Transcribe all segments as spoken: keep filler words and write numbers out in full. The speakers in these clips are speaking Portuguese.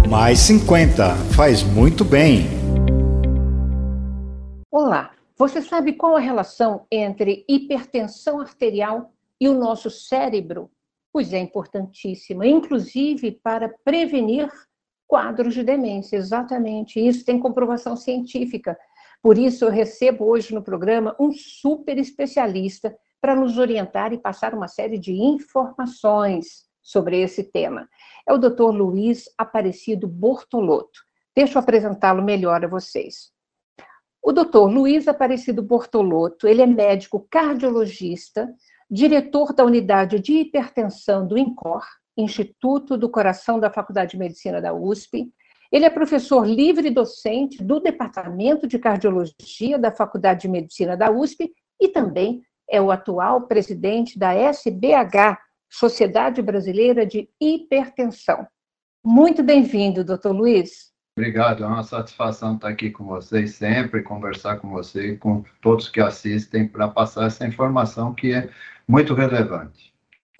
Mais cinquenta, faz muito bem. Olá, você sabe qual a relação entre hipertensão arterial e o nosso cérebro? Pois é importantíssima, inclusive para prevenir quadros de demência, exatamente. Isso tem comprovação científica. Por isso eu recebo hoje no programa um super especialista para nos orientar e passar uma série de informações sobre esse tema. É o doutor Luiz Aparecido Bortolotto. Deixa eu apresentá-lo melhor a vocês. O doutor Luiz Aparecido Bortolotto, ele é médico cardiologista, diretor da unidade de hipertensão do INCOR, Instituto do Coração da Faculdade de Medicina da U S P. Ele é professor livre docente do Departamento de Cardiologia da Faculdade de Medicina da U S P e também é o atual presidente da S B H, Sociedade Brasileira de Hipertensão. Muito bem-vindo, doutor Luiz. Obrigado, é uma satisfação estar aqui com vocês sempre, conversar com você e com todos que assistem para passar essa informação que é muito relevante.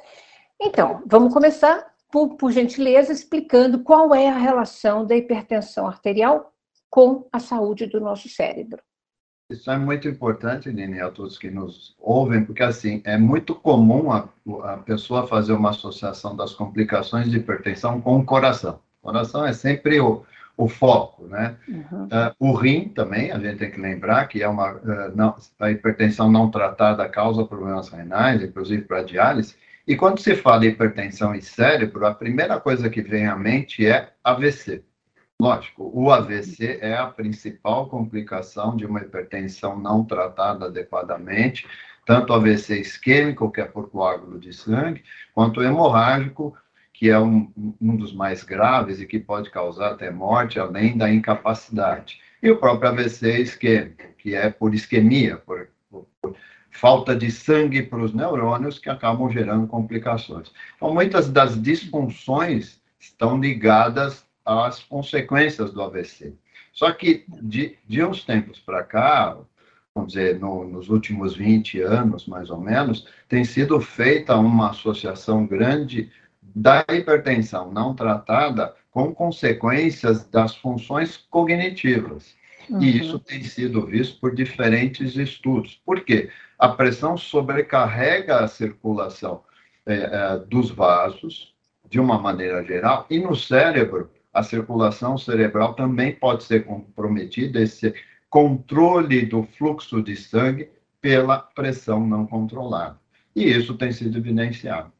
Então, vamos começar, por, por gentileza, explicando qual é a relação da hipertensão arterial com a saúde do nosso cérebro. Isso é muito importante, Nini, a todos que nos ouvem, porque assim, é muito comum a, a pessoa fazer uma associação das complicações de hipertensão com o coração. O coração é sempre o, o foco, né? Uhum. Uh, o rim também, a gente tem que lembrar que é uma, uh, não, a hipertensão não tratada causa problemas renais, inclusive para diálise. E quando se fala em hipertensão e cérebro, a primeira coisa que vem à mente é A V C. Lógico, o A V C é a principal complicação de uma hipertensão não tratada adequadamente, tanto o A V C isquêmico, que é por coágulo de sangue, quanto o hemorrágico, que é um, um dos mais graves e que pode causar até morte, além da incapacidade. E o próprio A V C isquêmico, que é por isquemia, por, por, por falta de sangue para os neurônios, que acabam gerando complicações. Então, muitas das disfunções estão ligadas as consequências do A V C. Só que, de, de uns tempos para cá, vamos dizer, no, nos últimos vinte anos, mais ou menos, tem sido feita uma associação grande da hipertensão não tratada com consequências das funções cognitivas. Uhum. E isso tem sido visto por diferentes estudos. Por quê? A pressão sobrecarrega a circulação é, é, dos vasos, de uma maneira geral, e no cérebro, a circulação cerebral também pode ser comprometida, esse controle do fluxo de sangue pela pressão não controlada. E isso tem sido evidenciado.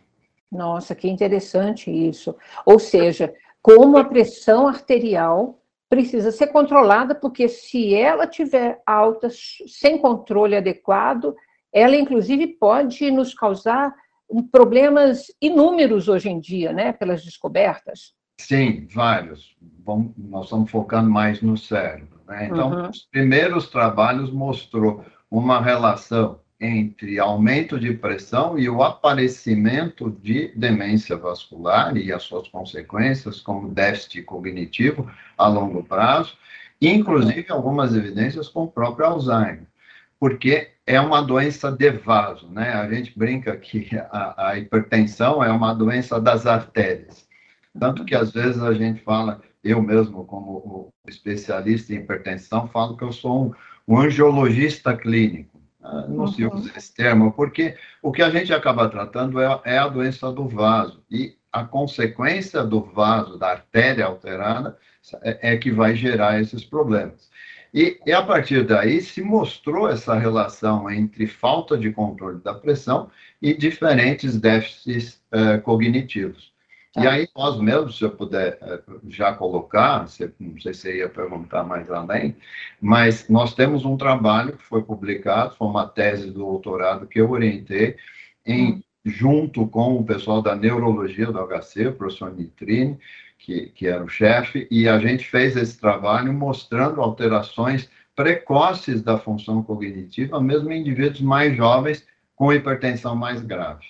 Nossa, que interessante isso. Ou seja, como a pressão arterial precisa ser controlada, porque se ela estiver alta, sem controle adequado, ela, inclusive, pode nos causar problemas inúmeros hoje em dia, né, pelas descobertas. Sim, vários. Bom, nós estamos focando mais no cérebro, né? Então, uhum. Os primeiros trabalhos mostrou uma relação entre aumento de pressão e o aparecimento de demência vascular e as suas consequências, como déficit cognitivo a longo prazo, inclusive algumas evidências com o próprio Alzheimer, porque é uma doença de vaso, né? A gente brinca que a, a hipertensão é uma doença das artérias. Tanto que, às vezes, a gente fala, eu mesmo, como especialista em hipertensão, falo que eu sou um, um angiologista clínico. Não se usa esse termo, porque o que a gente acaba tratando é, é a doença do vaso. E a consequência do vaso, da artéria alterada, é, é que vai gerar esses problemas. E, e, a partir daí, se mostrou essa relação entre falta de controle da pressão e diferentes déficits eh, cognitivos. E aí, nós mesmos, se eu puder já colocar, não sei se você ia perguntar mais além, mas nós temos um trabalho que foi publicado, foi uma tese do doutorado que eu orientei, em, hum. junto com o pessoal da neurologia do H C, o professor Nitrini, que, que era o chefe, e a gente fez esse trabalho mostrando alterações precoces da função cognitiva, mesmo em indivíduos mais jovens com hipertensão mais grave.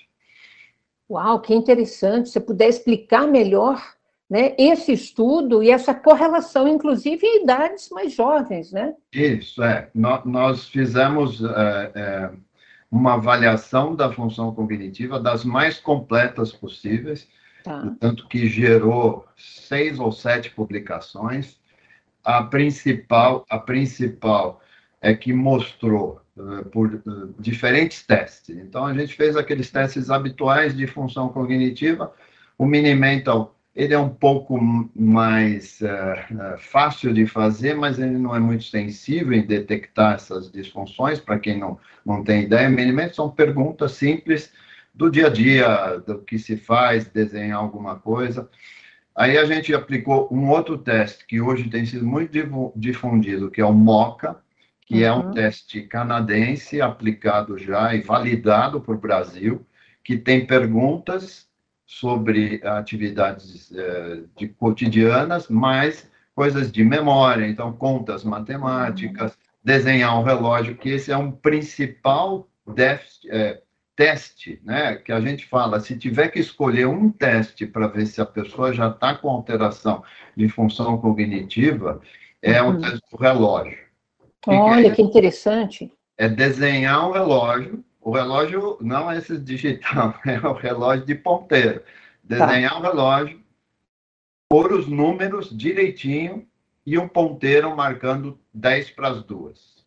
Uau, que interessante. Se você puder explicar melhor, né, esse estudo e essa correlação, inclusive, em idades mais jovens, né? Isso, é. Nós, nós fizemos é, é, uma avaliação da função cognitiva das mais completas possíveis, Tá. tanto que gerou seis ou sete publicações. A principal, a principal é que mostrou uh, por uh, diferentes testes. Então, a gente fez aqueles testes habituais de função cognitiva. O Mini-Mental, ele é um pouco mais uh, uh, fácil de fazer, mas ele não é muito sensível em detectar essas disfunções. Para quem não, não tem ideia, o Mini-Mental são perguntas simples do dia a dia, do que se faz, desenhar alguma coisa. Aí a gente aplicou um outro teste que hoje tem sido muito difundido, que é o MoCA, que uhum. é um teste canadense aplicado já e validado por Brasil, que tem perguntas sobre atividades eh, de cotidianas, mais coisas de memória, então contas matemáticas, uhum. desenhar um relógio, que esse é um principal déficit, eh, teste, né, que a gente fala, se tiver que escolher um teste para ver se a pessoa já está com alteração de função cognitiva, é uhum. o teste do relógio. Olha, que, é? que interessante. É desenhar um relógio, o relógio não é esse digital, é o relógio de ponteiro. Desenhar tá. um relógio, pôr os números direitinho e um ponteiro marcando dez para as duas.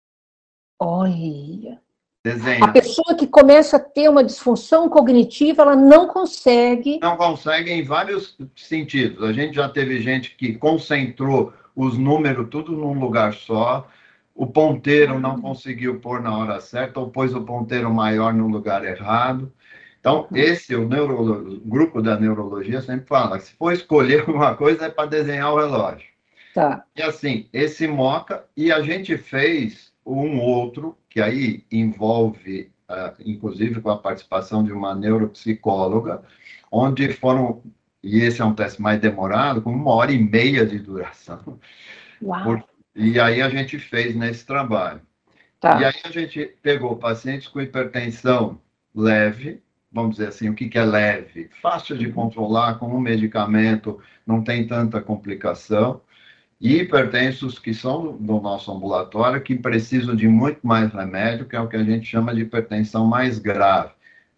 Olha... Desenhar. A pessoa que começa a ter uma disfunção cognitiva, ela não consegue... Não consegue em vários sentidos. A gente já teve gente que concentrou os números tudo num lugar só, o ponteiro ah. não conseguiu pôr na hora certa, ou pôs o ponteiro maior no lugar errado. Então, uhum. esse, o, neuro, o grupo da neurologia sempre fala, se for escolher uma coisa, é para desenhar o relógio. Tá. E assim, esse MoCA, e a gente fez um outro, que aí envolve, uh, inclusive com a participação de uma neuropsicóloga, onde foram, e esse é um teste mais demorado, com uma hora e meia de duração. Uau. Por, e aí a gente fez nesse trabalho. Tá. E aí a gente pegou pacientes com hipertensão leve, vamos dizer assim, o que, que é leve? Fácil de controlar, com um medicamento, não tem tanta complicação. E hipertensos que são do nosso ambulatório, que precisam de muito mais remédio, que é o que a gente chama de hipertensão mais grave.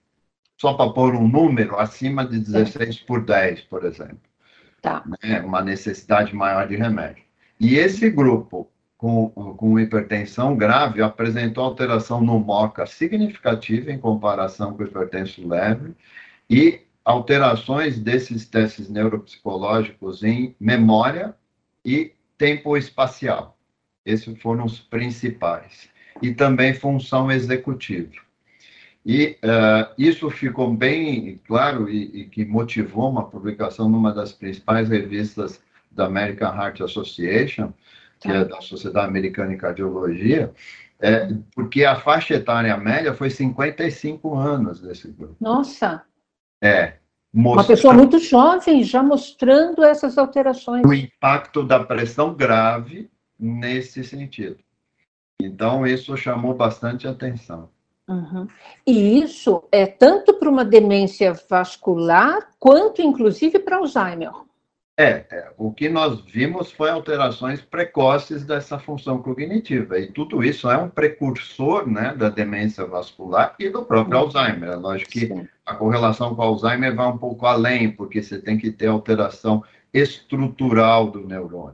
Só para pôr um número, acima de dezesseis por dez, por exemplo. Tá. Né? Uma necessidade maior de remédio. E esse grupo com, com hipertensão grave apresentou alteração no MoCA significativa em comparação com o hipertenso leve e alterações desses testes neuropsicológicos em memória e tempo espacial. Esses foram os principais. E também função executiva. E uh, isso ficou bem claro e, e que motivou uma publicação numa das principais revistas da American Heart Association, que é da Sociedade Americana de Cardiologia, é, porque a faixa etária média foi cinquenta e cinco anos desse grupo. Nossa! É. Uma pessoa muito jovem, já mostrando essas alterações. O impacto da pressão grave nesse sentido. Então, isso chamou bastante atenção. Uhum. E isso é tanto para uma demência vascular, quanto, inclusive, para Alzheimer. É, é, o que nós vimos foi alterações precoces dessa função cognitiva, e tudo isso é um precursor, né, da demência vascular e do próprio uhum. Alzheimer. É lógico que Sim. a correlação com o Alzheimer vai um pouco além, porque você tem que ter alteração estrutural do neurônio.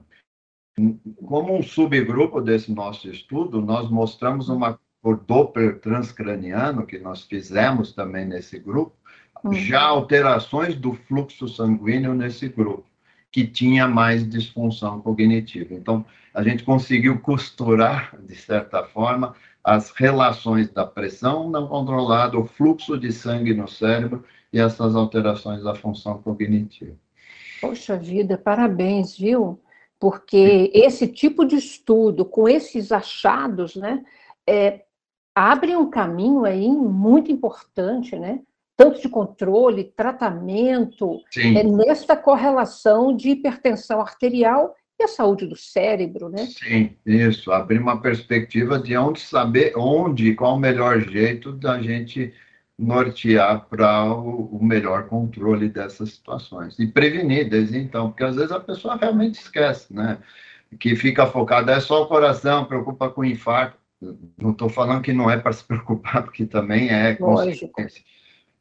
Como um subgrupo desse nosso estudo, nós mostramos uma, por Doppler transcraniano, que nós fizemos também nesse grupo, uhum. já alterações do fluxo sanguíneo nesse grupo, que tinha mais disfunção cognitiva. Então, a gente conseguiu costurar, de certa forma, as relações da pressão não controlada, o fluxo de sangue no cérebro e essas alterações da função cognitiva. Poxa vida, parabéns, viu? Porque esse tipo de estudo, com esses achados, né, é, abre um caminho aí muito importante, né? Tanto de controle, tratamento, é, nesta correlação de hipertensão arterial e a saúde do cérebro, né? Sim, isso. Abrir uma perspectiva de onde saber, onde, qual o melhor jeito da gente nortear para o, o melhor controle dessas situações. E prevenir desde então, porque às vezes a pessoa realmente esquece, né? Que fica focada, é só o coração, preocupa com o infarto. Não estou falando que não é para se preocupar, porque também é consequência.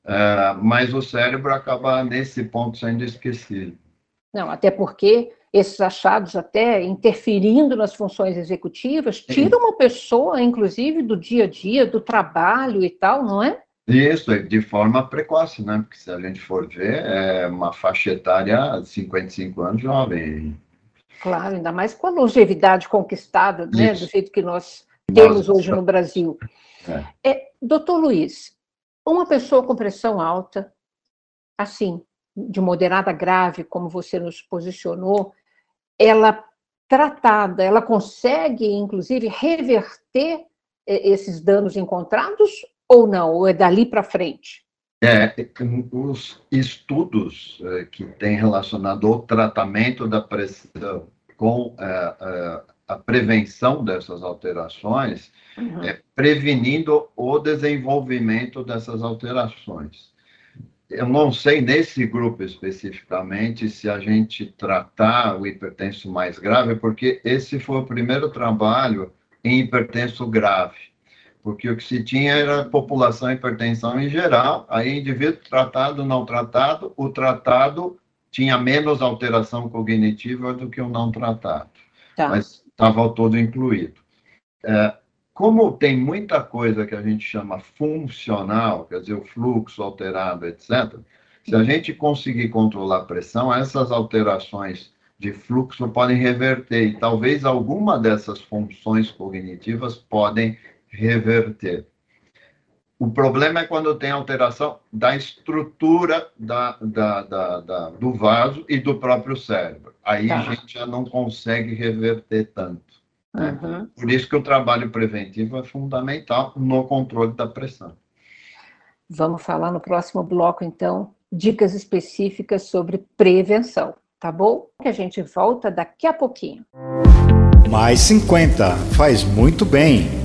É, mas o cérebro acaba, nesse ponto, sendo esquecido. Não, até porque esses achados, até interferindo nas funções executivas, tiram uma pessoa, inclusive, do dia a dia, do trabalho e tal, não é? Isso, de forma precoce, né? Porque se a gente for ver, é uma faixa etária de cinquenta e cinco anos jovem. Claro, ainda mais com a longevidade conquistada, né, do jeito que nós temos Nossa. hoje no Brasil. É. É, doutor Luiz, uma pessoa com pressão alta, assim, de moderada a grave, como você nos posicionou, ela tratada, ela consegue, inclusive, reverter esses danos encontrados ou não? Ou é dali para frente? É, os estudos que têm relacionado o tratamento da pressão com a, a prevenção dessas alterações, uhum. é prevenindo o desenvolvimento dessas alterações. Eu não sei, nesse grupo especificamente, se a gente tratar o hipertenso mais grave, porque esse foi o primeiro trabalho em hipertenso grave. Porque o que se tinha era a população hipertensão em geral, aí indivíduo tratado, não tratado, o tratado tinha menos alteração cognitiva do que o não tratado, tá. Mas estava todo incluído. É, como tem muita coisa que a gente chama funcional, quer dizer, o fluxo alterado, etcétera, se a gente conseguir controlar a pressão, essas alterações de fluxo podem reverter, e talvez alguma dessas funções cognitivas podem reverter. O problema é quando tem alteração da estrutura da, da, da, da, do vaso e do próprio cérebro. Aí tá. A gente já não consegue reverter tanto. Né? Uhum. Por isso que o trabalho preventivo é fundamental no controle da pressão. Vamos falar no próximo bloco, então, dicas específicas sobre prevenção, tá bom? Que a gente volta daqui a pouquinho. Mais cinquenta faz muito bem.